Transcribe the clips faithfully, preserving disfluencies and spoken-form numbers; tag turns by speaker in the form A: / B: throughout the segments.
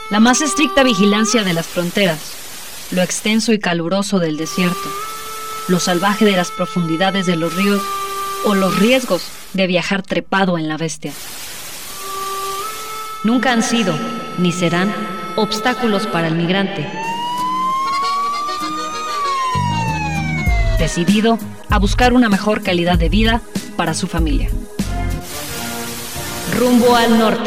A: La más estricta vigilancia de las fronteras, lo extenso y caluroso del desierto, lo salvaje de las profundidades de los ríos o los riesgos de viajar trepado en la bestia. Nunca han sido, ni serán, obstáculos para el migrante, decidido a buscar una mejor calidad de vida para su familia. Rumbo al norte.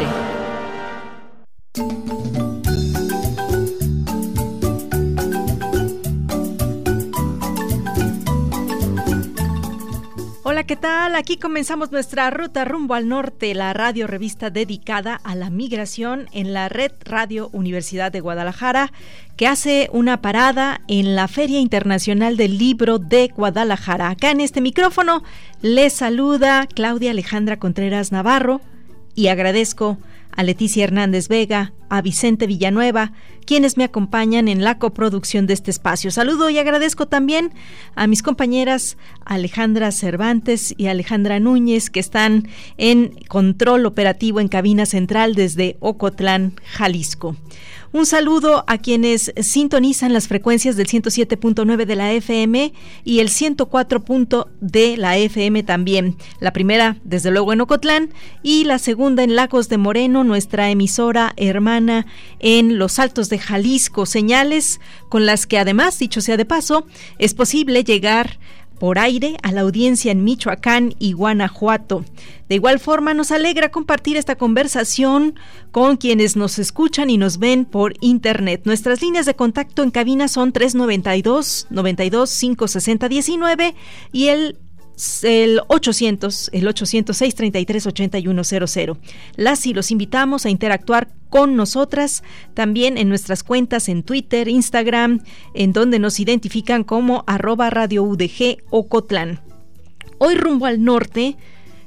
B: Hola, ¿qué tal? Aquí comenzamos nuestra ruta rumbo al norte, la radio revista dedicada a la migración en la red Radio Universidad de Guadalajara, que hace una parada en la Feria Internacional del Libro de Guadalajara. Acá en este micrófono les saluda Claudia Alejandra Contreras Navarro y agradezco a Leticia Hernández Vega, a Vicente Villanueva, quienes me acompañan en la coproducción de este espacio. Saludo y agradezco también a mis compañeras Alejandra Cervantes y Alejandra Núñez, que están en control operativo en cabina central desde Ocotlán, Jalisco. Un saludo a quienes sintonizan las frecuencias del ciento siete punto nueve de la F M y el ciento cuatro de la F M también. La primera, desde luego, en Ocotlán, y la segunda en Lagos de Moreno, nuestra emisora hermana en Los Altos de Jalisco. Señales con las que, además, dicho sea de paso, es posible llegar por aire a la audiencia en Michoacán y Guanajuato. De igual forma, nos alegra compartir esta conversación con quienes nos escuchan y nos ven por internet. Nuestras líneas de contacto en cabina son tres noventa y dos, noventa y dos, quinientos sesenta, diecinueve y el el ochocientos, el ochocientos seis, treinta y tres, ochenta y uno cero cero. Las y los invitamos a interactuar con nosotras también en nuestras cuentas en Twitter, Instagram, en donde nos identifican como arroba Radio U D G Ocotlán. Hoy Rumbo al Norte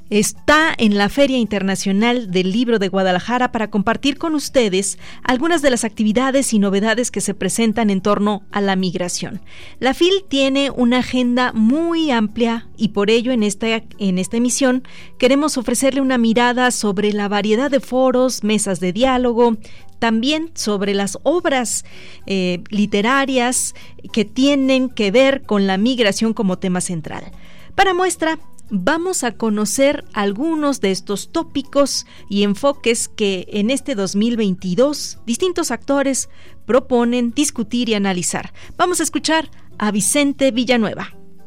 B: está en la Feria Internacional del Libro de Guadalajara para compartir con ustedes algunas de las actividades y novedades que se presentan en torno a la migración. La F I L tiene una agenda muy amplia y por ello en esta, en esta emisión queremos ofrecerle una mirada sobre la variedad de foros, mesas de diálogo, también sobre las obras eh, literarias que tienen que ver con la migración como tema central. Para muestra, vamos a conocer algunos de estos tópicos y enfoques que en este dos mil veintidós distintos actores proponen discutir y analizar. Vamos a escuchar a Vicente Villanueva.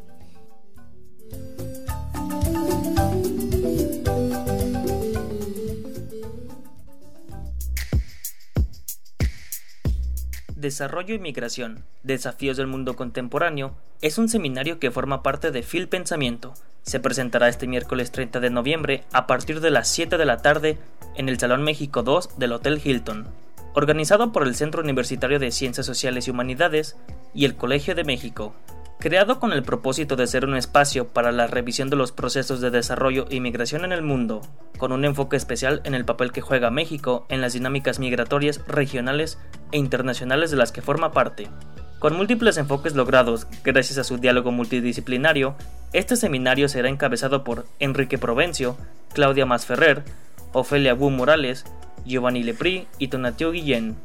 C: Desarrollo y migración, desafíos del mundo contemporáneo, es un seminario que forma parte de F I L Pensamiento. Se presentará este miércoles treinta de noviembre a partir de las siete de la tarde en el Salón México dos del Hotel Hilton, organizado por el Centro Universitario de Ciencias Sociales y Humanidades y el Colegio de México. Creado con el propósito de ser un espacio para la revisión de los procesos de desarrollo y migración en el mundo, con un enfoque especial en el papel que juega México en las dinámicas migratorias regionales e internacionales de las que forma parte. Con múltiples enfoques logrados gracias a su diálogo multidisciplinario, este seminario será encabezado por Enrique Provencio, Claudia Masferrer, Ofelia Wu Morales, Giovanni Lepri y Tonatiuh Guillén.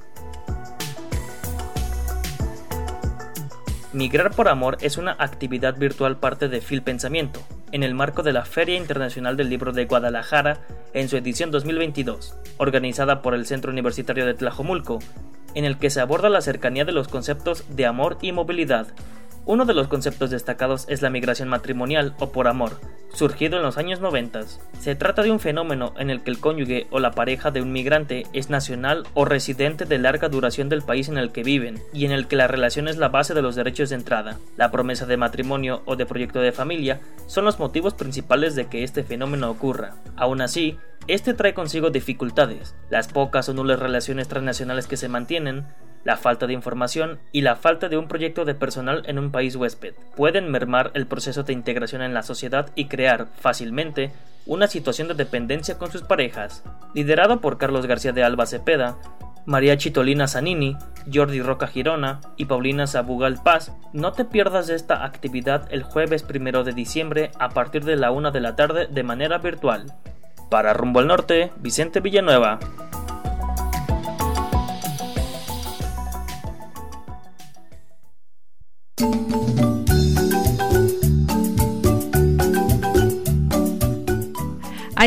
C: Migrar por Amor es una actividad virtual parte de F I L Pensamiento, en el marco de la Feria Internacional del Libro de Guadalajara en su edición dos mil veintidós, organizada por el Centro Universitario de Tlajomulco, en el que se aborda la cercanía de los conceptos de amor y movilidad. Uno de los conceptos destacados es la migración matrimonial o por amor, surgido en los años noventa. Se trata de un fenómeno en el que el cónyuge o la pareja de un migrante es nacional o residente de larga duración del país en el que viven, y en el que la relación es la base de los derechos de entrada. La promesa de matrimonio o de proyecto de familia son los motivos principales de que este fenómeno ocurra. Aún así, este trae consigo dificultades, las pocas o nulas relaciones transnacionales que se mantienen, la falta de información y la falta de un proyecto de personal en un país huésped pueden mermar el proceso de integración en la sociedad y crear, fácilmente, una situación de dependencia con sus parejas. Liderado por Carlos García de Alba Cepeda, María Chitolina Zanini, Jordi Roca Girona y Paulina Sabugal Paz, no te pierdas de esta actividad el jueves primero de diciembre a partir de la una de la tarde de manera virtual. Para Rumbo al Norte, Vicente Villanueva.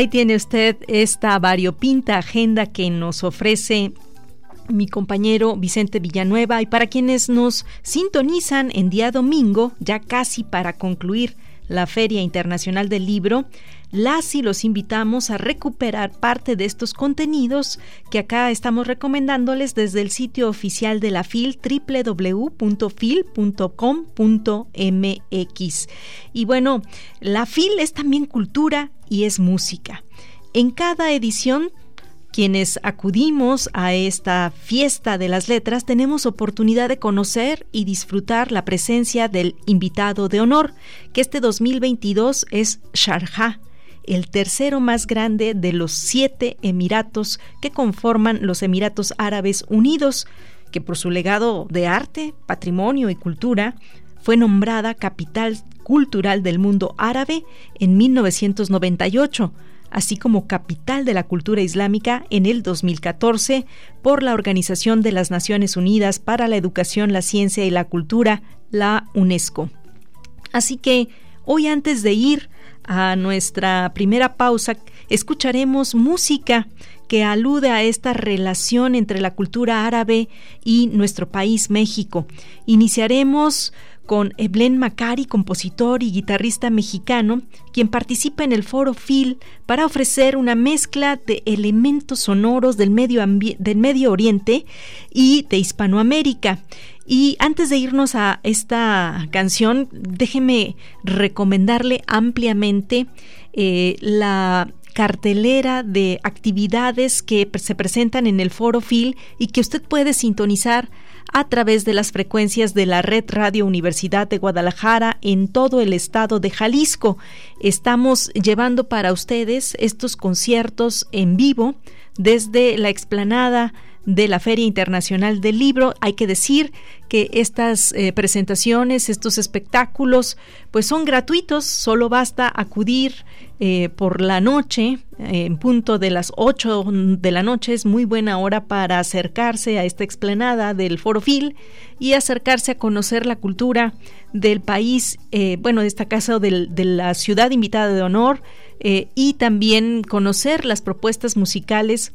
B: ahí tiene usted esta variopinta agenda que nos ofrece mi compañero Vicente Villanueva, y para quienes nos sintonizan en día domingo, ya casi para concluir la Feria Internacional del Libro, las y los invitamos a recuperar parte de estos contenidos que acá estamos recomendándoles desde el sitio oficial de la F I L, doble u doble u doble u punto fil punto com punto m x. Y bueno, la F I L es también cultura y es música. En cada edición, quienes acudimos a esta fiesta de las letras tenemos oportunidad de conocer y disfrutar la presencia del invitado de honor, que este dos mil veintidós es Sharjah, el tercero más grande de los siete emiratos que conforman los Emiratos Árabes Unidos, que por su legado de arte, patrimonio y cultura fue nombrada capital cultural del mundo árabe en mil novecientos noventa y ocho, así como capital de la cultura islámica en el dos mil catorce por la Organización de las Naciones Unidas para la Educación, la Ciencia y la Cultura, la UNESCO. Así que hoy, antes de ir a nuestra primera pausa, escucharemos música que alude a esta relación entre la cultura árabe y nuestro país, México. Iniciaremos con Eblen Macari, compositor y guitarrista mexicano, quien participa en el Foro F I L para ofrecer una mezcla de elementos sonoros del Medio, ambi- del Medio Oriente y de Hispanoamérica. Y antes de irnos a esta canción, déjeme recomendarle ampliamente eh, la cartelera de actividades que se presentan en el Foro F I L y que usted puede sintonizar a través de las frecuencias de la Red Radio Universidad de Guadalajara en todo el estado de Jalisco. Estamos llevando para ustedes estos conciertos en vivo desde la explanada de la Feria Internacional del Libro. Hay que decir que estas eh, presentaciones, estos espectáculos, pues son gratuitos, solo basta acudir eh, por la noche, eh, en punto de las ocho de la noche, es muy buena hora para acercarse a esta explanada del Foro F I L y acercarse a conocer la cultura del país, eh, bueno, de esta casa del, de la ciudad invitada de honor, eh, y también conocer las propuestas musicales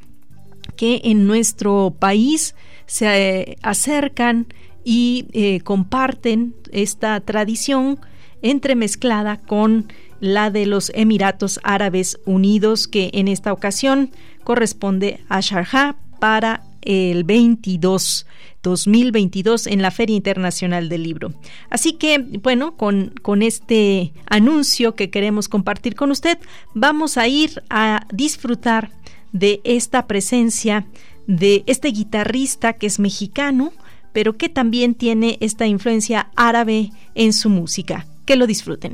B: que en nuestro país se eh, acercan y eh, comparten esta tradición entremezclada con la de los Emiratos Árabes Unidos, que en esta ocasión corresponde a Sharjah para el veintidós, dos mil veintidós en la Feria Internacional del Libro. Así que, bueno, con, con este anuncio que queremos compartir con usted, vamos a ir a disfrutar de esta presencia de este guitarrista que es mexicano, pero que también tiene esta influencia árabe en su música. Que lo disfruten.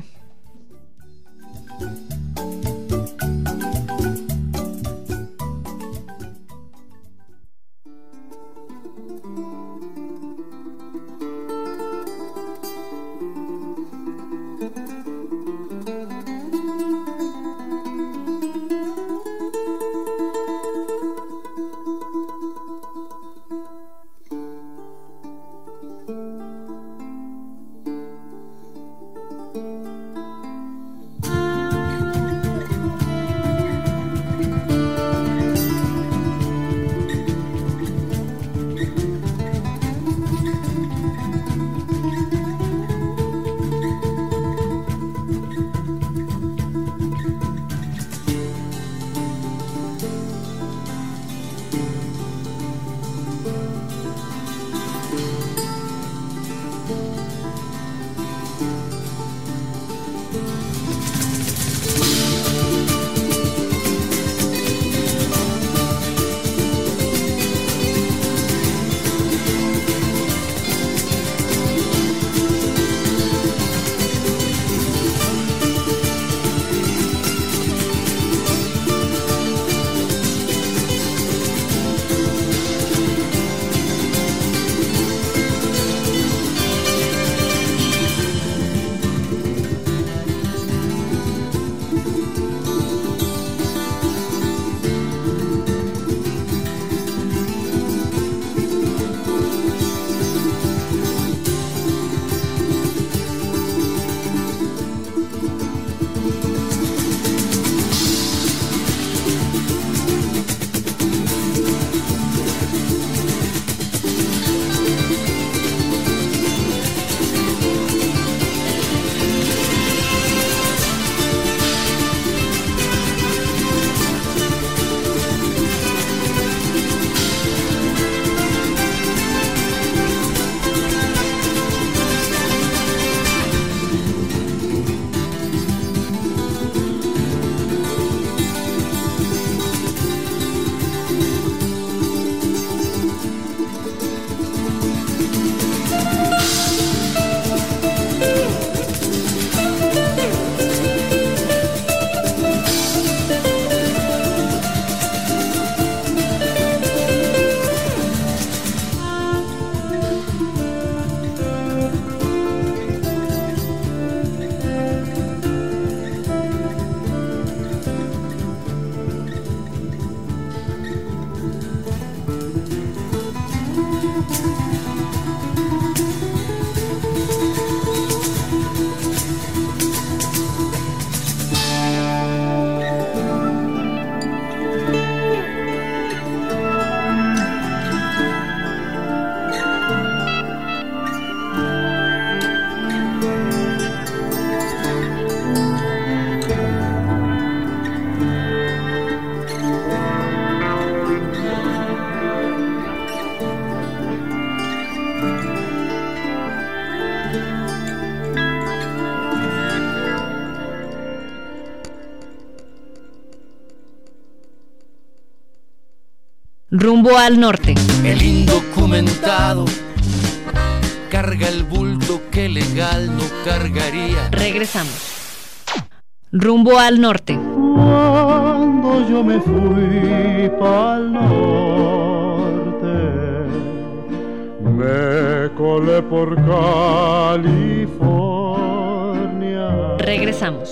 A: Rumbo al norte.
D: El indocumentado carga el bulto que legal no cargaría.
A: Regresamos. Rumbo al norte.
E: Cuando yo me fui pa'l norte, me colé por California.
A: Regresamos.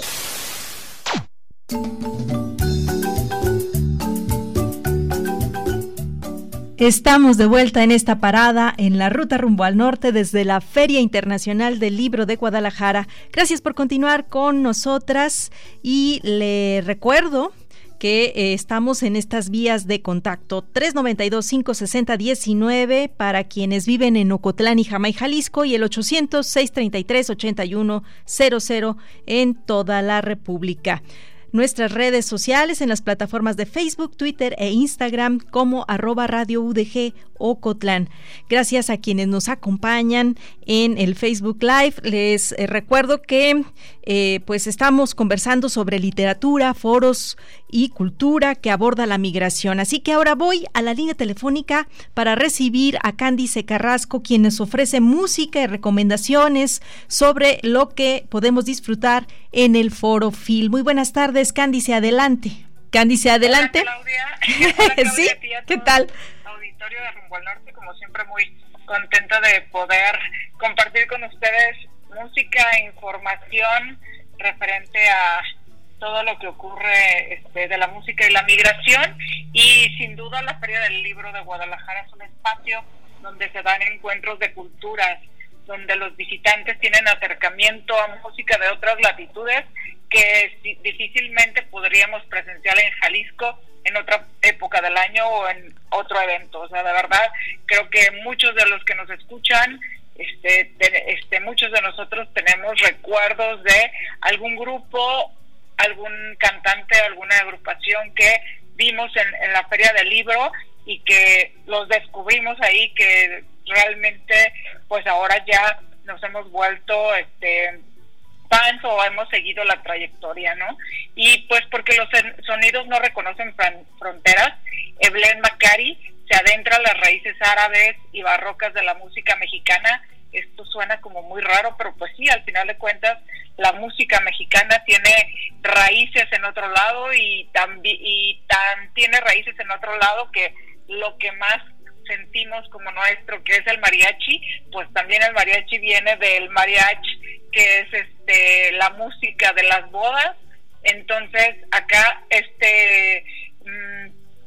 B: Estamos de vuelta en esta parada en la ruta rumbo al norte desde la Feria Internacional del Libro de Guadalajara. Gracias por continuar con nosotras y le recuerdo que eh, estamos en estas vías de contacto tres noventa y dos, cinco sesenta, diecinueve para quienes viven en Ocotlán y Jamay, Jalisco, y el ochocientos, seiscientos treinta y tres, ochenta y uno cero cero en toda la República. Nuestras redes sociales en las plataformas de Facebook, Twitter e Instagram como arroba Radio U D G Ocotlán. Gracias a quienes nos acompañan en el Facebook Live. Les eh, recuerdo que eh, pues estamos conversando sobre literatura, foros y cultura que aborda la migración. Así que ahora voy a la línea telefónica para recibir a Cándice Carrasco, quien nos ofrece música y recomendaciones sobre lo que podemos disfrutar en el Foro Phil. Muy buenas tardes, Cándice, adelante. Cándice, adelante.
F: Hola, Claudia. Hola, Claudia.
B: ¿Sí? ¿Qué tal?
F: Auditorio de Rumbo al Norte, como siempre, muy contenta de poder compartir con ustedes música e información referente a todo lo que ocurre este, de la música y la migración. Y sin duda la Feria del Libro de Guadalajara es un espacio donde se dan encuentros de culturas, donde los visitantes tienen acercamiento a música de otras latitudes que difícilmente podríamos presenciar en Jalisco en otra época del año o en otro evento. O sea, de verdad, creo que muchos de los que nos escuchan, este, de, este, muchos de nosotros tenemos recuerdos de algún grupo, algún cantante, alguna agrupación que vimos en, en la Feria del Libro y que los descubrimos ahí, que realmente pues ahora ya nos hemos vuelto este fans o hemos seguido la trayectoria, ¿no? Y pues porque los sonidos no reconocen fran- fronteras, Evelyn Macari se adentra a las raíces árabes y barrocas de la música mexicana. Esto suena como muy raro, pero pues sí, al final de cuentas la música mexicana tiene raíces en otro lado y tan, y tan tiene raíces en otro lado que lo que más sentimos como nuestro, que es el mariachi, pues también el mariachi viene del mariachi, que es este la música de las bodas. Entonces acá este mm,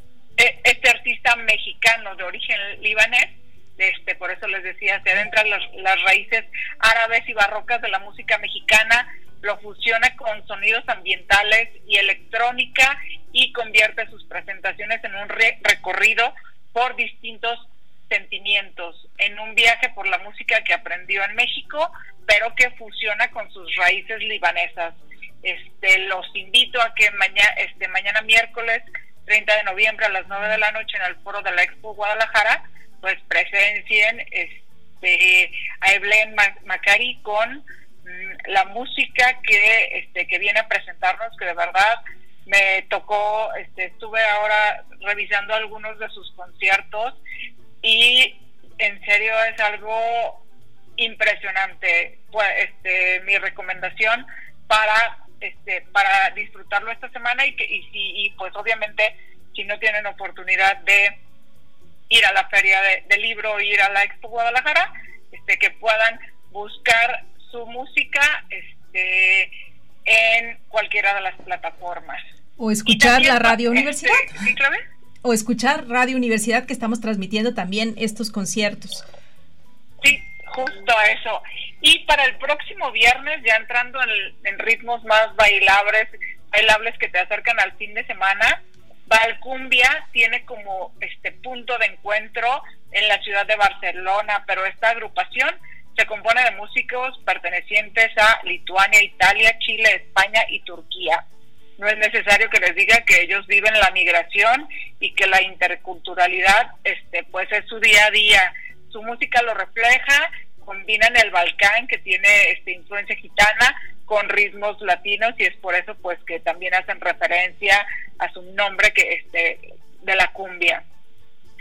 F: este artista mexicano de origen libanés, este por eso les decía, se adentran las, las raíces árabes y barrocas de la música mexicana, lo fusiona con sonidos ambientales y electrónica y convierte sus presentaciones en un re- recorrido por distintos sentimientos, en un viaje por la música que aprendió en México, pero que fusiona con sus raíces libanesas. Este, los invito a que mañana, este, mañana miércoles treinta de noviembre a las nueve de la noche en el foro de la Expo Guadalajara, pues presencien este, a Evelyn Macari con mm, la música que, este, que viene a presentarnos, que de verdad me tocó, este, estuve ahora revisando algunos de sus conciertos y en serio es algo impresionante. Pues, este, mi recomendación para, este, para disfrutarlo esta semana y que, y si, y pues obviamente si no tienen oportunidad de ir a la Feria de, del Libro, ir a la Expo Guadalajara, este, que puedan buscar su música, este, en cualquiera de las plataformas.
B: O escuchar también, la Radio Universidad.
F: Este, ¿sí, Clave?
B: O escuchar Radio Universidad, que estamos transmitiendo también estos conciertos.
F: Sí, justo eso. Y para el próximo viernes, ya entrando en, en ritmos más bailables, bailables que te acercan al fin de semana, Valcumbia tiene como este punto de encuentro en la ciudad de Barcelona, pero esta agrupación se compone de músicos pertenecientes a Lituania, Italia, Chile, España y Turquía. No es necesario que les diga que ellos viven la migración y que la interculturalidad este pues es su día a día. Su música lo refleja, combinan el Balcán, que tiene este influencia gitana, con ritmos latinos, y es por eso pues que también hacen referencia a su nombre, que este de la cumbia.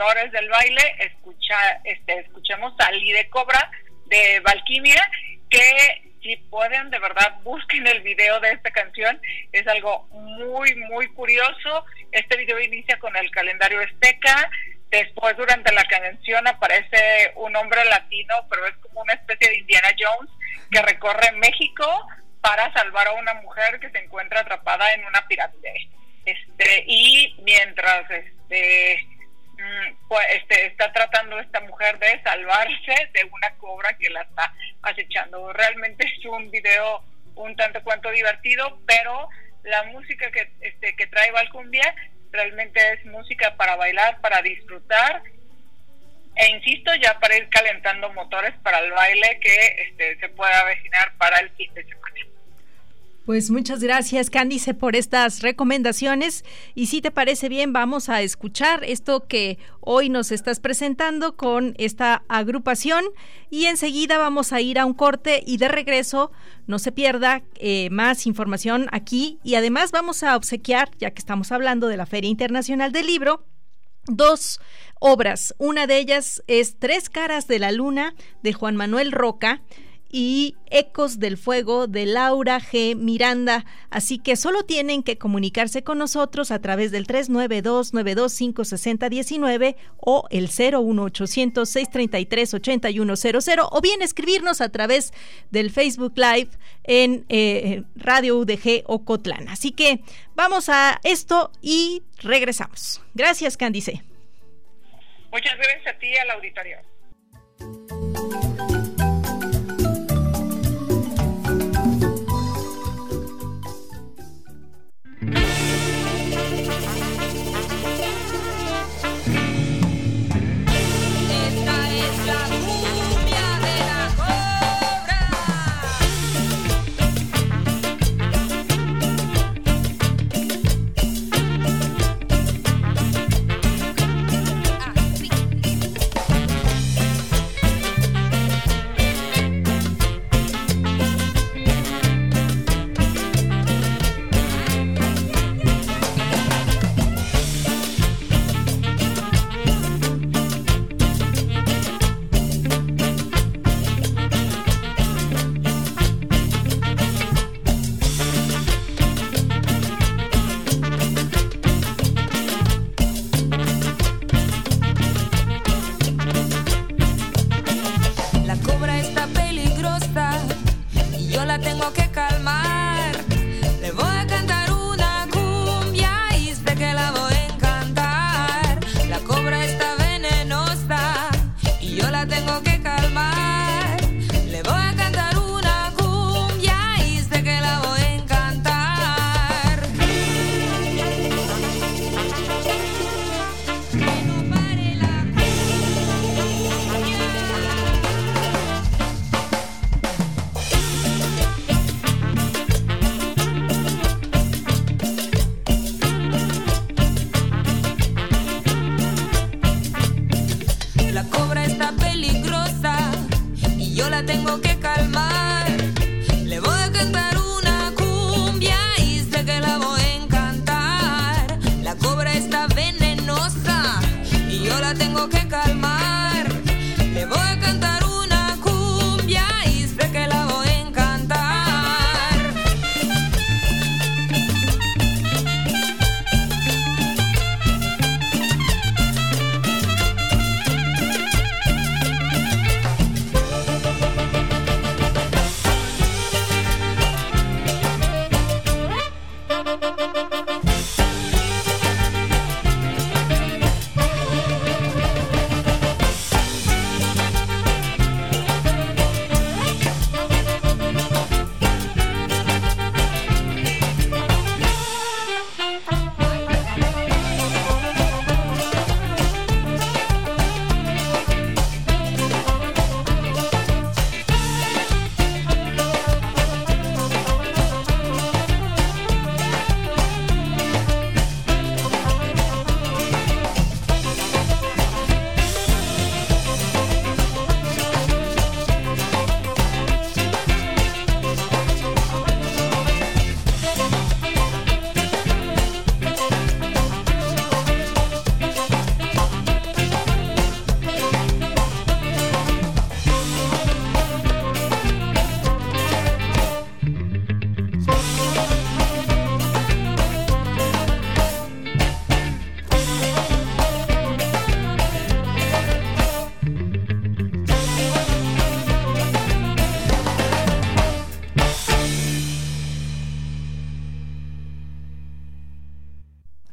F: motores del baile, escucha, este, escuchemos Salí de Cobra de Valquimia, que si pueden, de verdad, busquen el video de esta canción, es algo muy, muy curioso. Este video inicia con el calendario azteca, después durante la canción aparece un hombre latino, pero es como una especie de Indiana Jones, que recorre México para salvar a una mujer que se encuentra atrapada en una pirámide. Este, y mientras este, pues, este, está tratando esta mujer de salvarse de una cobra que la está acechando. Realmente es un video un tanto cuanto divertido, pero la música que, este, que trae Valcumbia realmente es música para bailar, para disfrutar, e insisto, ya para ir calentando motores para el baile que este, se pueda avecinar para el fin de semana.
B: Pues muchas gracias, Cándice, por estas recomendaciones. Y si te parece bien, vamos a escuchar esto que hoy nos estás presentando con esta agrupación, y enseguida vamos a ir a un corte, y de regreso no se pierda eh, más información aquí, y además vamos a obsequiar, ya que estamos hablando de la Feria Internacional del Libro, dos obras. Una de ellas es Tres Caras de la Luna de Juan Manuel Roca y Ecos del Fuego de Laura G. Miranda. Así que solo tienen que comunicarse con nosotros a través del tres nueve dos, nueve dos cinco, seis cero uno nueve o el cero uno ochocientos, seiscientos treinta y tres, ochenta y uno cero cero, o bien escribirnos a través del Facebook Live en eh, Radio U D G Ocotlán. Así que vamos a esto y regresamos. Gracias, Cándice.
F: Muchas gracias a ti y al auditorio.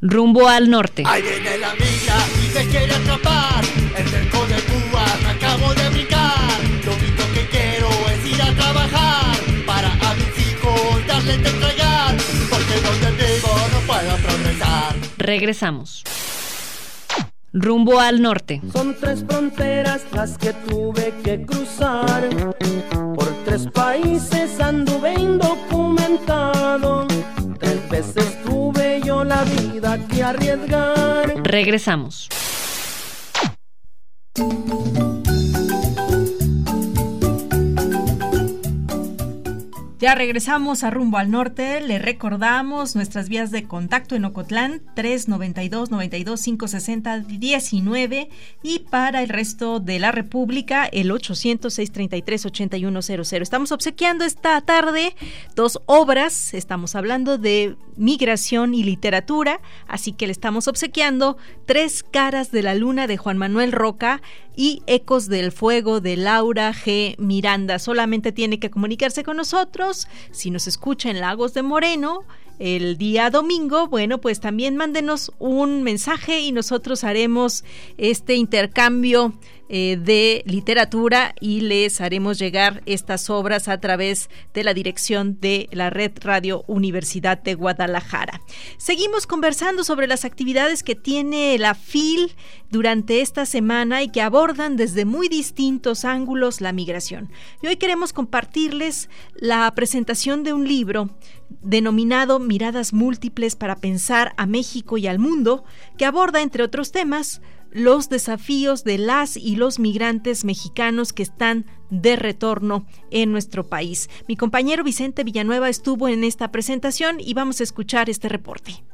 A: Rumbo al norte.
D: Ahí viene la amiga y me quiere atrapar. El cerco de Cuba me acabo de brincar. Lo único que quiero es ir a trabajar para a mis hijos darles de entregar, porque donde vivo no puedo progresar.
A: Regresamos. Rumbo al norte.
G: Son tres fronteras las que tuve que cruzar. Por tres países anduve indocumentado. Tres veces tuve yo la vida que arriesgar.
A: Regresamos.
B: Ya regresamos a Rumbo al Norte. Le recordamos nuestras vías de contacto en Ocotlán, tres noventa y dos, noventa y dos, quinientos sesenta, diecinueve, y para el resto de la República, el ochocientos, seiscientos treinta y tres, ochenta y uno cero cero. Estamos obsequiando esta tarde dos obras. Estamos hablando de migración y literatura, así que le estamos obsequiando Tres caras de la luna de Juan Manuel Roca y Ecos del fuego de Laura G. Miranda. Solamente tiene que comunicarse con nosotros. Si nos escucha en Lagos de Moreno el día domingo, bueno, pues también mándenos un mensaje y nosotros haremos este intercambio eh, de literatura y les haremos llegar estas obras a través de la dirección de la Red Radio Universidad de Guadalajara. Seguimos conversando sobre las actividades que tiene la F I L durante esta semana y que abordan desde muy distintos ángulos la migración. Y hoy queremos compartirles la presentación de un libro denominado Miradas múltiples para pensar a México y al mundo, que aborda, entre otros temas, los desafíos de las y los migrantes mexicanos que están de retorno en nuestro país. Mi compañero Vicente Villanueva estuvo en esta presentación y vamos a escuchar este reporte.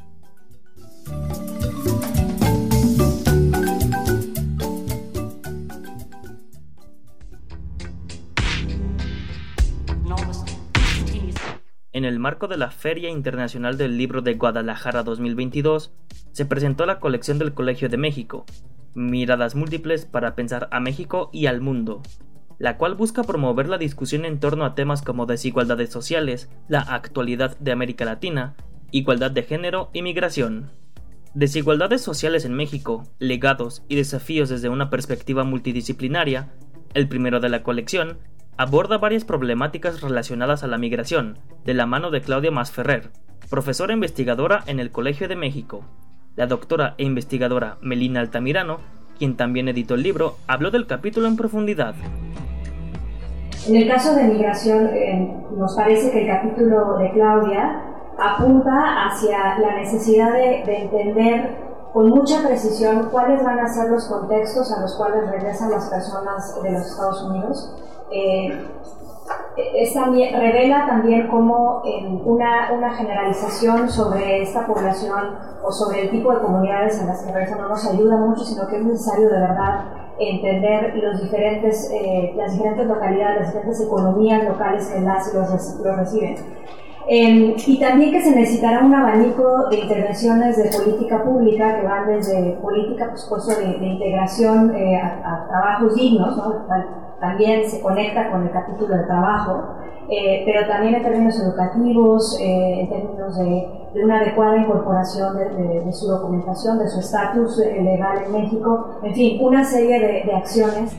C: En el marco de la Feria Internacional del Libro de Guadalajara dos mil veintidós, se presentó la colección del Colegio de México, Miradas múltiples para pensar a México y al mundo, la cual busca promover la discusión en torno a temas como desigualdades sociales, la actualidad de América Latina, igualdad de género y migración. Desigualdades sociales en México, legados y desafíos desde una perspectiva multidisciplinaria. El primero de la colección aborda varias problemáticas relacionadas a la migración, de la mano de Claudia Masferrer, profesora investigadora en el Colegio de México. La doctora e investigadora Melina Altamirano, quien también editó el libro, habló del capítulo en profundidad.
H: En el caso de migración, eh, nos parece que el capítulo de Claudia apunta hacia la necesidad de, de entender con mucha precisión cuáles van a ser los contextos a los cuales regresan las personas de los Estados Unidos. Eh, es también, revela también cómo eh, una, una generalización sobre esta población o sobre el tipo de comunidades en las que regresan no nos ayuda mucho, sino que es necesario de verdad entender los diferentes, eh, las diferentes localidades, las diferentes economías locales que las y los, los reciben. Eh, y también que se necesitará un abanico de intervenciones de política pública que van desde política, por supuesto, de, de integración eh, a, a trabajos dignos, ¿no? También se conecta con el capítulo de trabajo, eh, pero también en términos educativos, eh, en términos de, de una adecuada incorporación de, de, de su documentación, de su estatus eh, legal en México, en fin, una serie de, de acciones.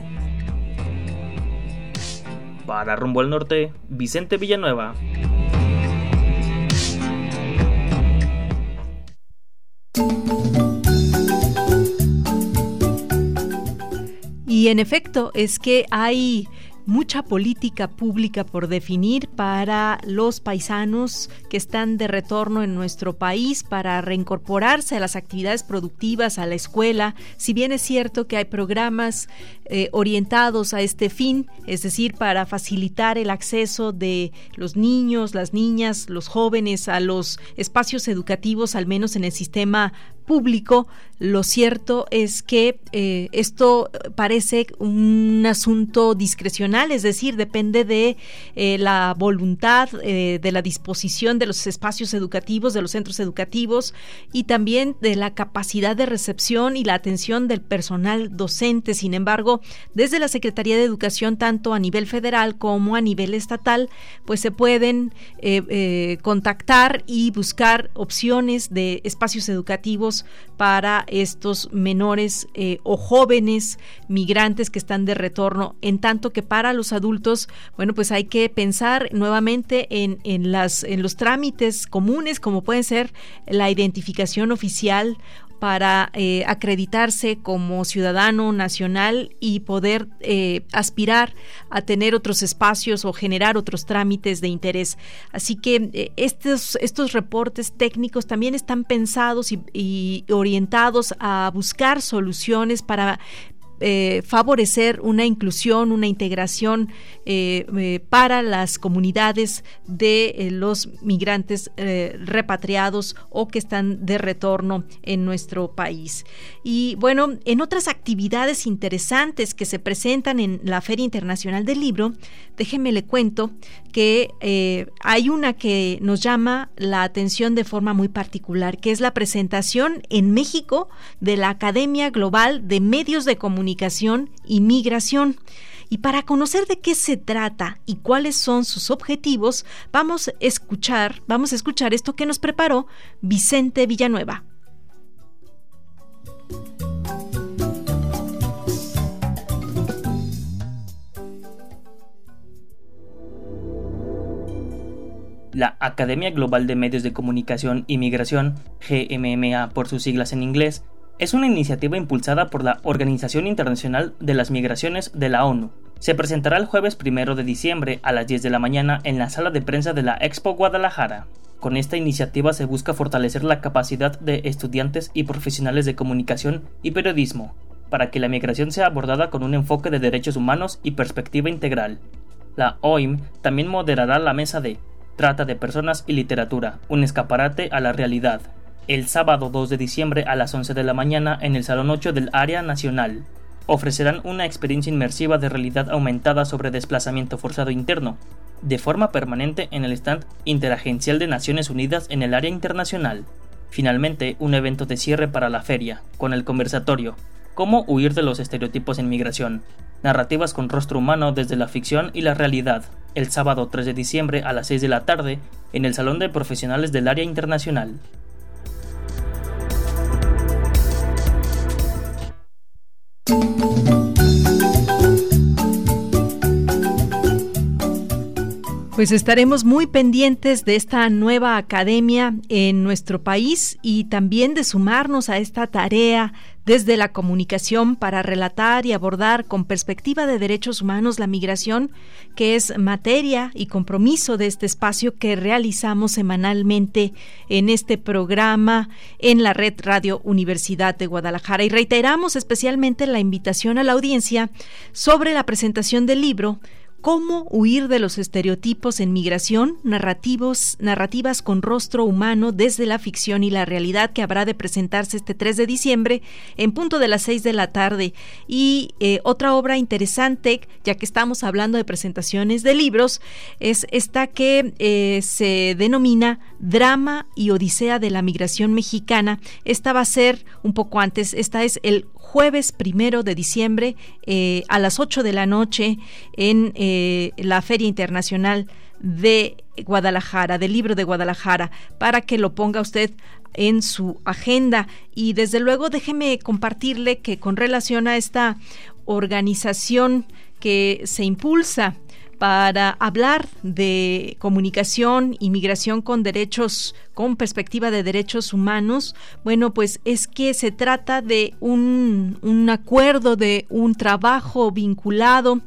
C: Para Rumbo al Norte, Vicente Villanueva.
B: Y en efecto, es que hay mucha política pública por definir para los paisanos que están de retorno en nuestro país, para reincorporarse a las actividades productivas, a la escuela. Si bien es cierto que hay programas eh, orientados a este fin, es decir, para facilitar el acceso de los niños, las niñas, los jóvenes a los espacios educativos, al menos en el sistema público. Lo cierto es que eh, esto parece un asunto discrecional, es decir, depende de eh, la voluntad, eh, de la disposición de los espacios educativos, de los centros educativos, y también de la capacidad de recepción y la atención del personal docente. Sin embargo, desde la Secretaría de Educación, tanto a nivel federal como a nivel estatal, pues se pueden eh, eh, contactar y buscar opciones de espacios educativos para estos menores eh, o jóvenes migrantes que están de retorno, en tanto que para los adultos, bueno, pues hay que pensar nuevamente en, en, las, en los trámites comunes, como pueden ser la identificación oficial para eh, acreditarse como ciudadano nacional y poder eh, aspirar a tener otros espacios o generar otros trámites de interés. Así que eh, estos, estos reportes técnicos también están pensados y, y orientados a buscar soluciones para Eh, favorecer una inclusión, una integración eh, eh, para las comunidades de eh, los migrantes eh, repatriados o que están de retorno en nuestro país. Y bueno, en otras actividades interesantes que se presentan en la Feria Internacional del Libro, déjenme le cuento que eh, hay una que nos llama la atención de forma muy particular, que es la presentación en México de la Academia Global de Medios de Comunicación y Migración. Y para conocer de qué se trata y cuáles son sus objetivos, vamos a escuchar, vamos a escuchar esto que nos preparó Vicente Villanueva.
C: La Academia Global de Medios de Comunicación y Migración, G M M A por sus siglas en inglés, es una iniciativa impulsada por la Organización Internacional de las Migraciones de la ONU. Se presentará el jueves primero de diciembre a las diez de la mañana en la sala de prensa de la Expo Guadalajara. Con esta iniciativa se busca fortalecer la capacidad de estudiantes y profesionales de comunicación y periodismo, para que la migración sea abordada con un enfoque de derechos humanos y perspectiva integral. La O I M también moderará la mesa de Trata de Personas y Literatura, un escaparate a la realidad, el sábado dos de diciembre a las once de la mañana en el Salón ocho del Área Nacional. Ofrecerán una experiencia inmersiva de realidad aumentada sobre desplazamiento forzado interno, de forma permanente en el stand interagencial de Naciones Unidas en el área internacional. Finalmente, un evento de cierre para la feria, con el conversatorio Cómo huir de los estereotipos en migración, narrativas con rostro humano desde la ficción y la realidad, el sábado tres de diciembre a las seis de la tarde en el Salón de Profesionales del Área Internacional.
B: Pues estaremos muy pendientes de esta nueva academia en nuestro país y también de sumarnos a esta tarea desde la comunicación para relatar y abordar con perspectiva de derechos humanos la migración, que es materia y compromiso de este espacio que realizamos semanalmente en este programa en la Red Radio Universidad de Guadalajara. Y reiteramos especialmente la invitación a la audiencia sobre la presentación del libro Cómo huir de los estereotipos en migración, narrativos, narrativas con rostro humano desde la ficción y la realidad, que habrá de presentarse este tres de diciembre en punto de las seis de la tarde. Y eh, otra obra interesante, ya que estamos hablando de presentaciones de libros, es esta que eh, se denomina Drama y Odisea de la Migración Mexicana. Esta va a ser un poco antes, esta es el jueves primero de diciembre eh, a las ocho de la noche en eh, la Feria Internacional de Guadalajara, del Libro de Guadalajara, para que lo ponga usted en su agenda. Y desde luego déjeme compartirle que con relación a esta organización que se impulsa para hablar de comunicación y migración con derechos, con perspectiva de derechos humanos, bueno, pues es que se trata de un, un acuerdo, de un trabajo vinculado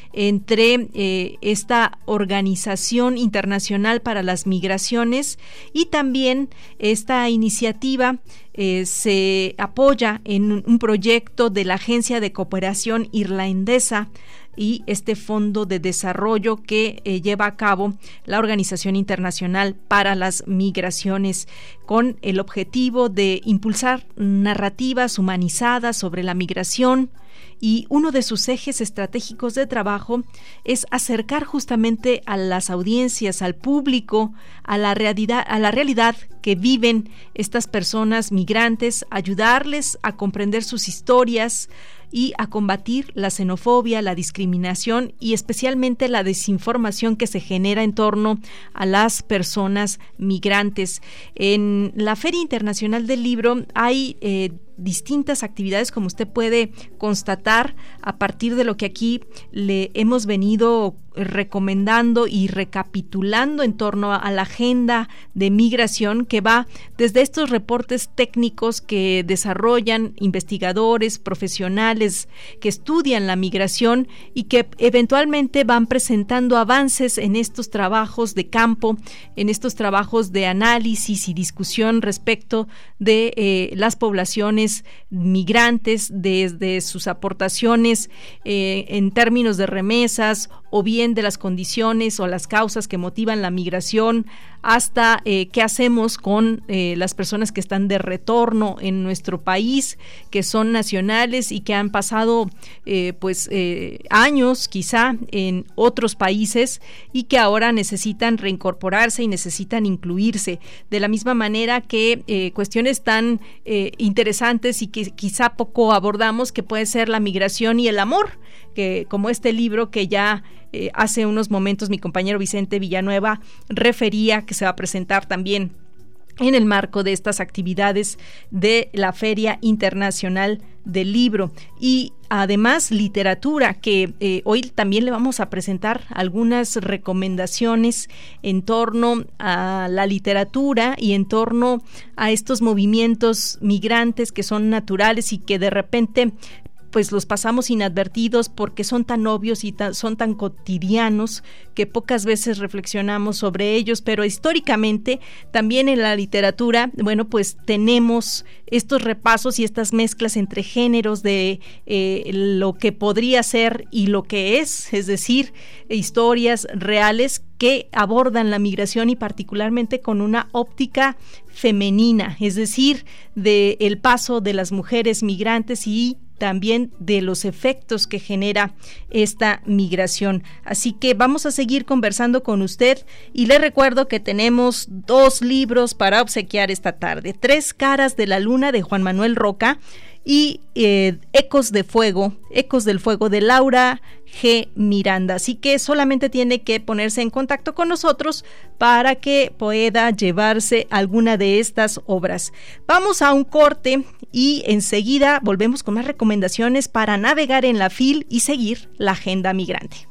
B: entre eh, esta Organización Internacional para las Migraciones y también esta iniciativa eh, se apoya en un, un proyecto de la Agencia de Cooperación Irlandesa y este Fondo de Desarrollo que eh, lleva a cabo la Organización Internacional para las Migraciones, con el objetivo de impulsar narrativas humanizadas sobre la migración, y uno de sus ejes estratégicos de trabajo es acercar justamente a las audiencias, al público, a la realidad, a la realidad que viven estas personas migrantes, ayudarles a comprender sus historias y a combatir la xenofobia, la discriminación y especialmente la desinformación que se genera en torno a las personas migrantes. En la Feria Internacional del Libro hay eh, distintas actividades, como usted puede constatar a partir de lo que aquí le hemos venido recomendando y recapitulando en torno a la agenda de migración, que va desde estos reportes técnicos que desarrollan investigadores, profesionales que estudian la migración y que eventualmente van presentando avances en estos trabajos de campo, en estos trabajos de análisis y discusión respecto de eh, las poblaciones migrantes, desde sus aportaciones eh, en términos de remesas o bien de las condiciones o las causas que motivan la migración, hasta eh, qué hacemos con eh, las personas que están de retorno en nuestro país, que son nacionales y que han pasado eh, pues eh, años quizá en otros países y que ahora necesitan reincorporarse y necesitan incluirse, de la misma manera que eh, cuestiones tan eh, interesantes y que quizá poco abordamos, que puede ser la migración y el amor, que como este libro que ya eh, hace unos momentos mi compañero Vicente Villanueva refería, que se va a presentar también en el marco de estas actividades de la Feria Internacional del Libro. Y además literatura, que eh, hoy también le vamos a presentar algunas recomendaciones en torno a la literatura y en torno a estos movimientos migrantes que son naturales y que de repente pues los pasamos inadvertidos porque son tan obvios y tan, son tan cotidianos que pocas veces reflexionamos sobre ellos, pero históricamente también en la literatura, bueno, pues tenemos estos repasos y estas mezclas entre géneros de eh, lo que podría ser y lo que es, es decir, historias reales que abordan la migración y particularmente con una óptica femenina, es decir, de el paso de las mujeres migrantes y también de los efectos que genera esta migración. Así que vamos a seguir conversando con usted y le recuerdo que tenemos dos libros para obsequiar esta tarde: Tres caras de la luna, de Juan Manuel Roca, y eh, Ecos de Fuego, Ecos del Fuego, de Laura G. Miranda. Así que solamente tiene que ponerse en contacto con nosotros para que pueda llevarse alguna de estas obras. Vamos a un corte y enseguida volvemos con más recomendaciones para navegar en la F I L y seguir la agenda migrante.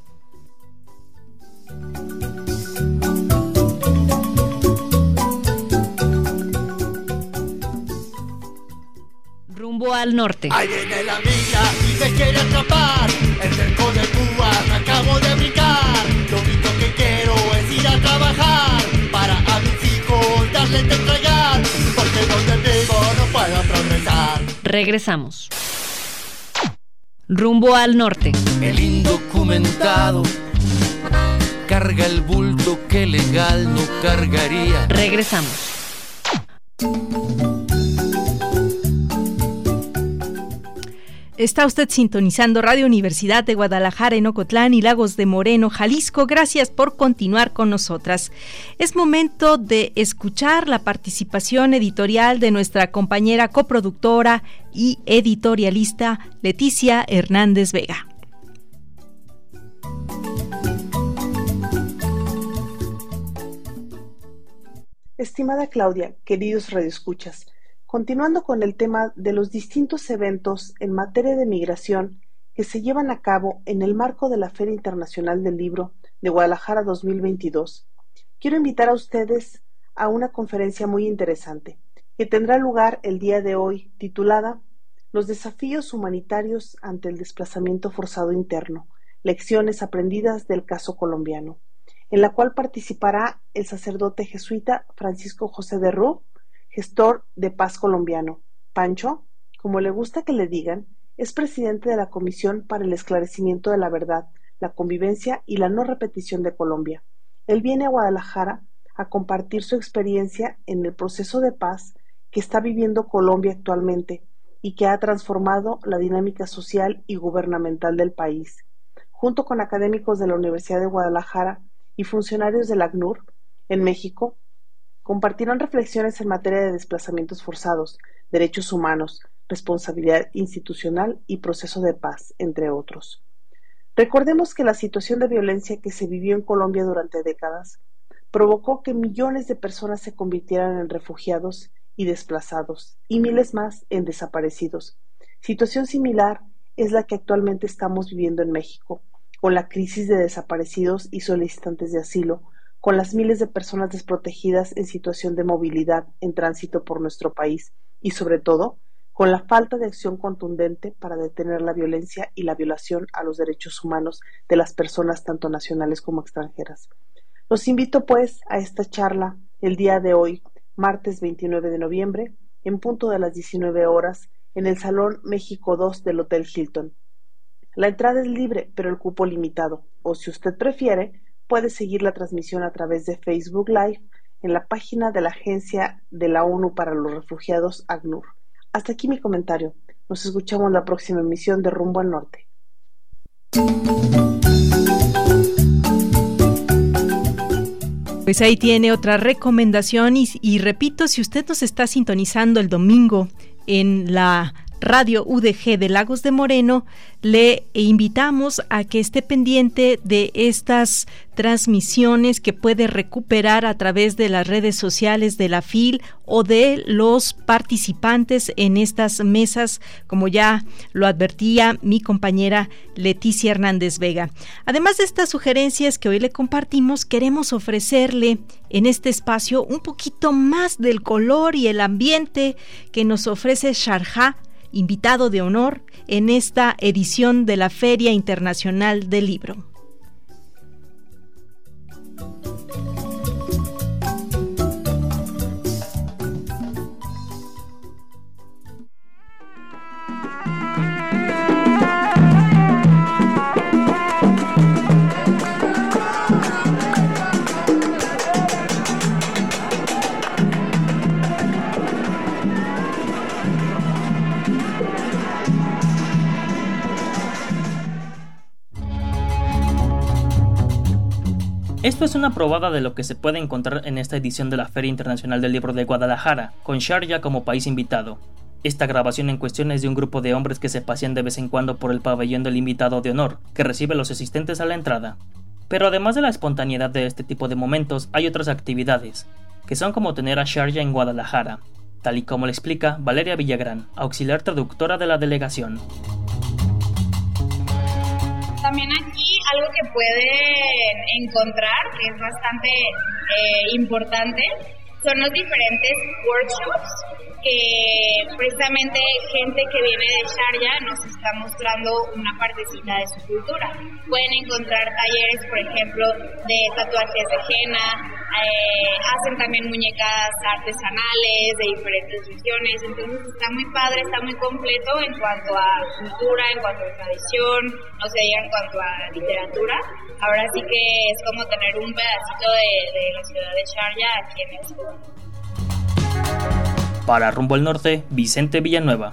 A: Rumbo al norte.
D: Ahí viene la amiga y me quiere atrapar. El cerco de Cuba me acabo de brincar. Lo único que quiero es ir a trabajar para a mis hijos darles de entregar, porque donde vivo no puedo progresar.
A: Regresamos. Rumbo al norte.
I: El indocumentado carga el bulto que legal no cargaría.
A: Regresamos.
B: Está usted sintonizando Radio Universidad de Guadalajara en Ocotlán y Lagos de Moreno, Jalisco. Gracias por continuar con nosotras. Es momento de escuchar la participación editorial de nuestra compañera coproductora y editorialista Leticia Hernández Vega.
J: Estimada Claudia, queridos radioescuchas, continuando con el tema de los distintos eventos en materia de migración que se llevan a cabo en el marco de la Feria Internacional del Libro de Guadalajara dos mil veintidós, quiero invitar a ustedes a una conferencia muy interesante que tendrá lugar el día de hoy, titulada Los desafíos humanitarios ante el desplazamiento forzado interno, Lecciones aprendidas del caso colombiano, en la cual participará el sacerdote jesuita Francisco José de Rú, gestor de paz colombiano. Pancho, como le gusta que le digan, es presidente de la Comisión para el Esclarecimiento de la Verdad, la Convivencia y la No Repetición de Colombia. Él viene a Guadalajara a compartir su experiencia en el proceso de paz que está viviendo Colombia actualmente y que ha transformado la dinámica social y gubernamental del país. Junto con académicos de la Universidad de Guadalajara y funcionarios del ACNUR, en México, compartirán reflexiones en materia de desplazamientos forzados, derechos humanos, responsabilidad institucional y proceso de paz, entre otros. Recordemos que la situación de violencia que se vivió en Colombia durante décadas provocó que millones de personas se convirtieran en refugiados y desplazados, y miles más en desaparecidos. Situación similar es la que actualmente estamos viviendo en México, con la crisis de desaparecidos y solicitantes de asilo, con las miles de personas desprotegidas en situación de movilidad en tránsito por nuestro país y, sobre todo, con la falta de acción contundente para detener la violencia y la violación a los derechos humanos de las personas tanto nacionales como extranjeras. Los invito, pues, a esta charla el día de hoy, martes veintinueve de noviembre, en punto de las diecinueve horas, en el Salón México dos del Hotel Hilton. La entrada es libre, pero el cupo limitado, o si usted prefiere, puede seguir la transmisión a través de Facebook Live en la página de la Agencia de la ONU para los Refugiados, ACNUR. Hasta aquí mi comentario. Nos escuchamos en la próxima emisión de Rumbo al Norte.
B: Pues ahí tiene otra recomendación y, y repito, si usted nos está sintonizando el domingo en la Radio U D G de Lagos de Moreno, le invitamos a que esté pendiente de estas transmisiones que puede recuperar a través de las redes sociales de la F I L o de los participantes en estas mesas, como ya lo advertía mi compañera Leticia Hernández Vega. Además de estas sugerencias que hoy le compartimos, queremos ofrecerle en este espacio un poquito más del color y el ambiente que nos ofrece Sharjah, invitado de honor en esta edición de la Feria Internacional del Libro.
C: Esto es una probada de lo que se puede encontrar en esta edición de la Feria Internacional del Libro de Guadalajara, con Sharjah como país invitado. Esta grabación en cuestión es de un grupo de hombres que se pasean de vez en cuando por el pabellón del invitado de honor, que recibe a los asistentes a la entrada. Pero además de la espontaneidad de este tipo de momentos, hay otras actividades, que son como tener a Sharjah en Guadalajara, tal y como le explica Valeria Villagrán, auxiliar traductora de la delegación.
K: También aquí algo que pueden encontrar, que es bastante eh, importante, son los diferentes workshops que precisamente gente que viene de Sharjah nos está mostrando una partecita de su cultura. Pueden encontrar talleres, por ejemplo, de tatuajes de henna, eh, hacen también muñecas artesanales de diferentes regiones, entonces está muy padre, está muy completo en cuanto a cultura, en cuanto a tradición, no sé, en cuanto a literatura. Ahora sí que es como tener un pedacito de, de la ciudad de Sharjah aquí en México.
C: Para Rumbo al Norte, Vicente Villanueva.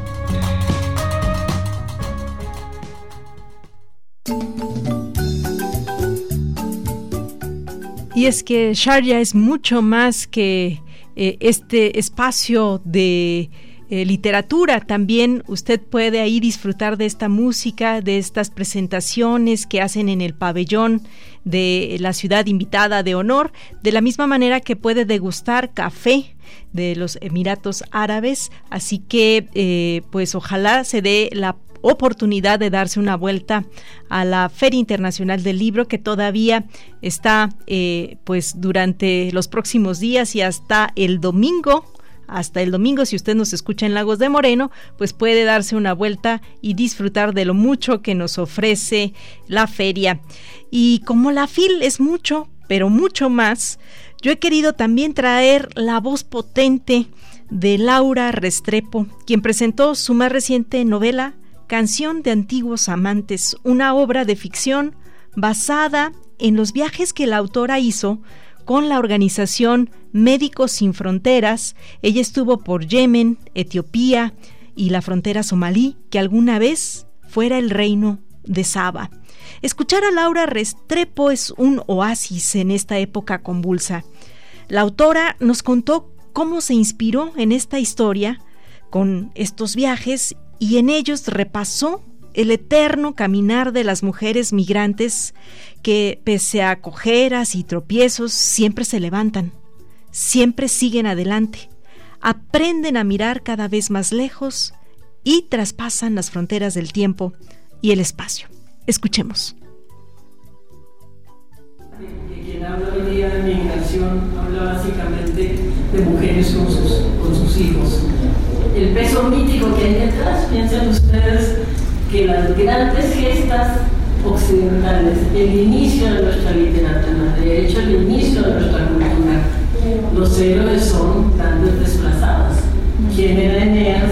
B: Y es que Sharjah es mucho más que eh, este espacio de eh, literatura. También usted puede ahí disfrutar de esta música, de estas presentaciones que hacen en el pabellón de la ciudad invitada de honor, de la misma manera que puede degustar café de los Emiratos Árabes. Así que eh, pues ojalá se dé la oportunidad de darse una vuelta a la Feria Internacional del Libro, que todavía está eh, pues durante los próximos días y hasta el domingo hasta el domingo, si usted nos escucha en Lagos de Moreno, pues puede darse una vuelta y disfrutar de lo mucho que nos ofrece la feria. Y como la FIL es mucho, pero mucho más, yo he querido también traer la voz potente de Laura Restrepo, quien presentó su más reciente novela, Canción de Antiguos Amantes, una obra de ficción basada en los viajes que la autora hizo con la organización Médicos Sin Fronteras. Ella estuvo por Yemen, Etiopía y la frontera somalí, que alguna vez fuera el reino de Saba. Escuchar a Laura Restrepo es un oasis en esta época convulsa. La autora nos contó cómo se inspiró en esta historia con estos viajes y en ellos repasó el eterno caminar de las mujeres migrantes que, pese a cojeras y tropiezos, siempre se levantan, siempre siguen adelante, aprenden a mirar cada vez más lejos y traspasan las fronteras del tiempo y el espacio. Escuchemos.
L: Quien habla hoy día de migración habla básicamente de mujeres con sus, con sus hijos. El peso mítico que hay detrás, piensen ustedes que las grandes gestas occidentales, el inicio de nuestra literatura, de hecho el inicio de nuestra cultura, los héroes son grandes desplazados. ¿Quién era Eneas?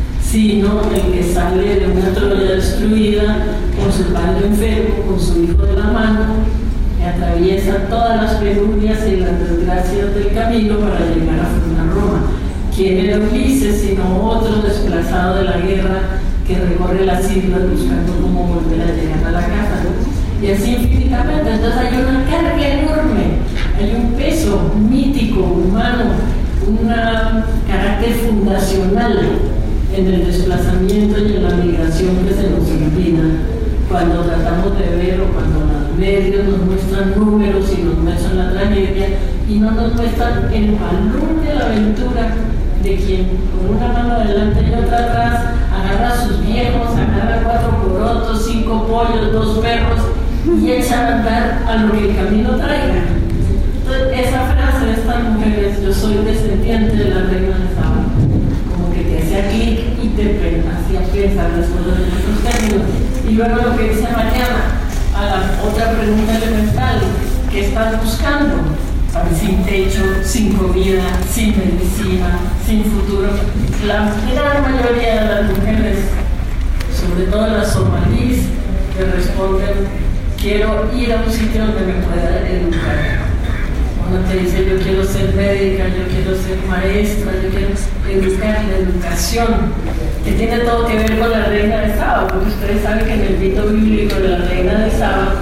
L: Sino el que sale de una Troya destruida, con su padre enfermo, con su hijo de la mano, que atraviesa todas las penurias y las desgracias del camino para llegar a fundar Roma. ¿Quién era Ulises? Sino otro desplazado de la guerra que recorre las islas buscando cómo volver a llegar a la casa, ¿no? Y así infinitamente. Entonces hay una carga enorme, hay un peso mítico, humano, un carácter fundacional en el desplazamiento y en la migración que se nos olvida cuando tratamos de ver o cuando los medios nos muestran números y nos muestran la tragedia y no nos muestran el valor de la aventura de quien con una mano adelante y otra atrás agarra a sus viejos, agarra cuatro corotos, cinco pollos, dos perros y echa a andar a lo que el camino traiga. Entonces esa frase de estas mujeres, yo soy descendiente de la reina de Saba, como que te hacía clic y te hacía pensar las cosas en estos términos. Y luego lo que dice Mariana, a la otra pregunta elemental, ¿qué estás buscando? Sin techo, sin comida, sin medicina, sin futuro. La gran mayoría de las mujeres, sobre todo las somalíes, que responden, quiero ir a un sitio donde me pueda educar. Uno te dice, yo quiero ser médica, yo quiero ser maestra, yo quiero educar, la educación, que tiene todo que ver con la reina de Saba, porque ustedes saben que en el mito bíblico de la reina de Saba,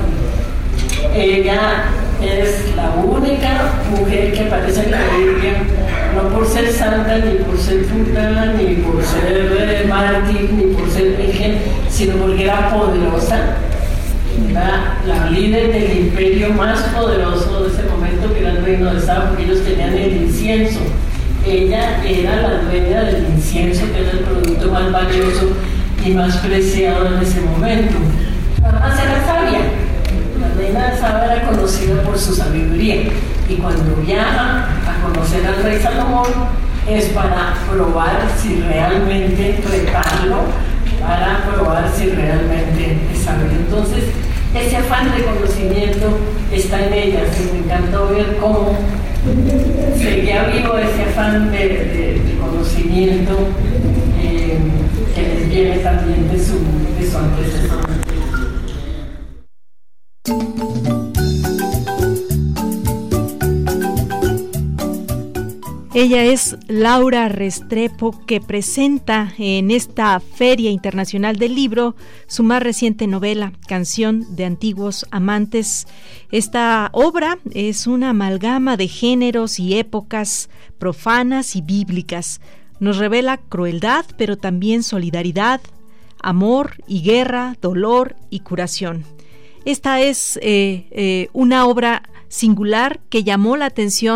L: ella es la única mujer que aparece en la Biblia, no por ser santa, ni por ser puta, ni por ser eh, mártir, ni por ser virgen, sino porque era poderosa. Era la líder del imperio más poderoso de ese momento, que era el reino de Saba, porque ellos tenían el incienso. Ella era la dueña del incienso, que era el producto más valioso y más preciado en ese momento. Además era sabia. La reina de Saba era conocida por su sabiduría, y cuando viaja a conocer al rey Salomón es para probar si realmente retarlo, para probar si realmente es sabio. Entonces ese afán de conocimiento está en ella. Me encantó ver cómo seguía vivo ese afán de, de, de conocimiento eh, que les viene también de su, de su antecesor.
B: Ella es Laura Restrepo, que presenta en esta Feria Internacional del Libro su más reciente novela, Canción de Antiguos Amantes. Esta obra es una amalgama de géneros y épocas profanas y bíblicas. Nos revela crueldad, pero también solidaridad, amor y guerra, dolor y curación. Esta es eh, eh, una obra singular que llamó la atención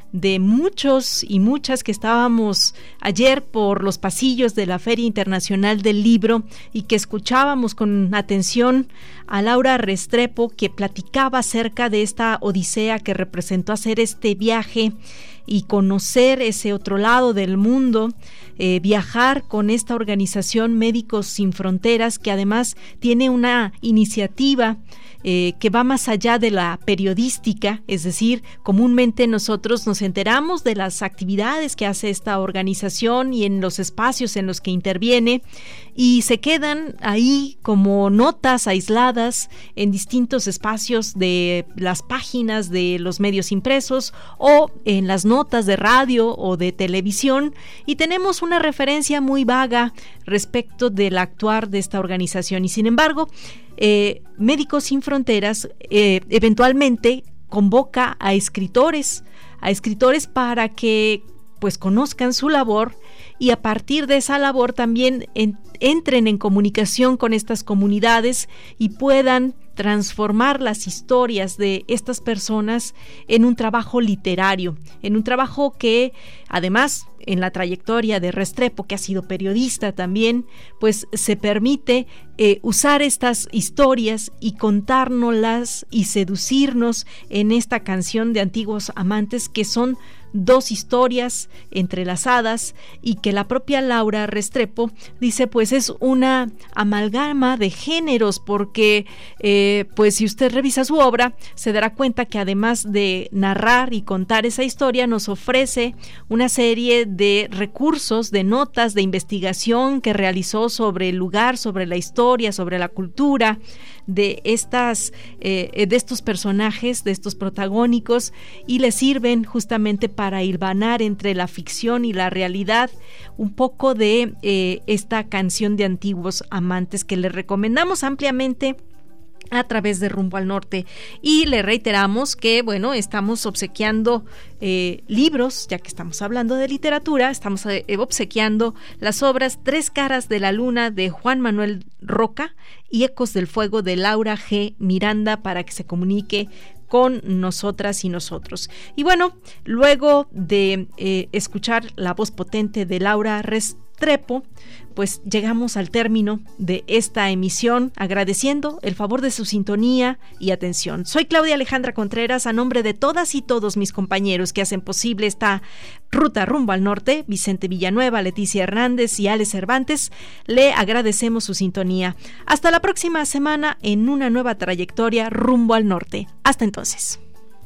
B: de muchos y muchas que estábamos ayer por los pasillos de la Feria Internacional del Libro y que escuchábamos con atención a Laura Restrepo, que platicaba acerca de esta odisea que representó hacer este viaje y conocer ese otro lado del mundo, eh, viajar con esta organización Médicos Sin Fronteras, que además tiene una iniciativa Eh, que va más allá de la periodística, es decir, comúnmente nosotros nos enteramos de las actividades que hace esta organización y en los espacios en los que interviene y se quedan ahí como notas aisladas en distintos espacios de las páginas de los medios impresos o en las notas de radio o de televisión, y tenemos una referencia muy vaga respecto del actuar de esta organización. Y sin embargo, Eh, Médicos Sin Fronteras eh, eventualmente convoca a escritores, a escritores para que pues conozcan su labor y a partir de esa labor también en, entren en comunicación con estas comunidades y puedan transformar las historias de estas personas en un trabajo literario, en un trabajo que además en la trayectoria de Restrepo, que ha sido periodista también, pues se permite eh, usar estas historias y contárnoslas y seducirnos en esta canción de Antiguos Amantes, que son dos historias entrelazadas y que la propia Laura Restrepo dice pues es una amalgama de géneros, porque eh, pues si usted revisa su obra se dará cuenta que además de narrar y contar esa historia nos ofrece una serie de recursos, de notas de investigación que realizó sobre el lugar, sobre la historia, sobre la cultura de estas eh, de estos personajes, de estos protagónicos, y le sirven justamente para hilvanar entre la ficción y la realidad un poco de eh, esta canción de Antiguos Amantes, que le recomendamos ampliamente a través de Rumbo al Norte. Y le reiteramos que, bueno, estamos obsequiando eh, libros, ya que estamos hablando de literatura, estamos eh, obsequiando las obras Tres Caras de la Luna de Juan Manuel Roca y Ecos del Fuego de Laura G. Miranda, para que se comunique con nosotras y nosotros. Y bueno, luego de eh, escuchar la voz potente de Laura Restrepo, pues llegamos al término de esta emisión, agradeciendo el favor de su sintonía y atención. Soy Claudia Alejandra Contreras, a nombre de todas y todos mis compañeros que hacen posible esta ruta rumbo al norte, Vicente Villanueva, Leticia Hernández y Ale Cervantes, le agradecemos su sintonía. Hasta la próxima semana en una nueva trayectoria rumbo al norte. Hasta entonces.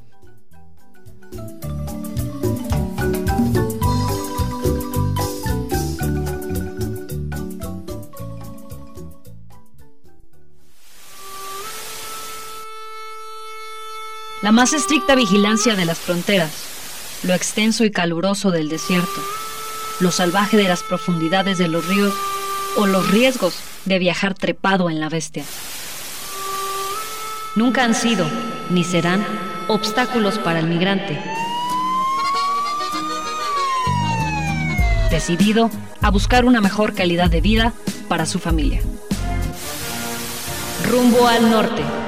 A: La más estricta vigilancia de las fronteras, lo extenso y caluroso del desierto, lo salvaje de las profundidades de los ríos o los riesgos de viajar trepado en la bestia. Nunca han sido, ni serán, obstáculos para el migrante, decidido a buscar una mejor calidad de vida para su familia. Rumbo al norte.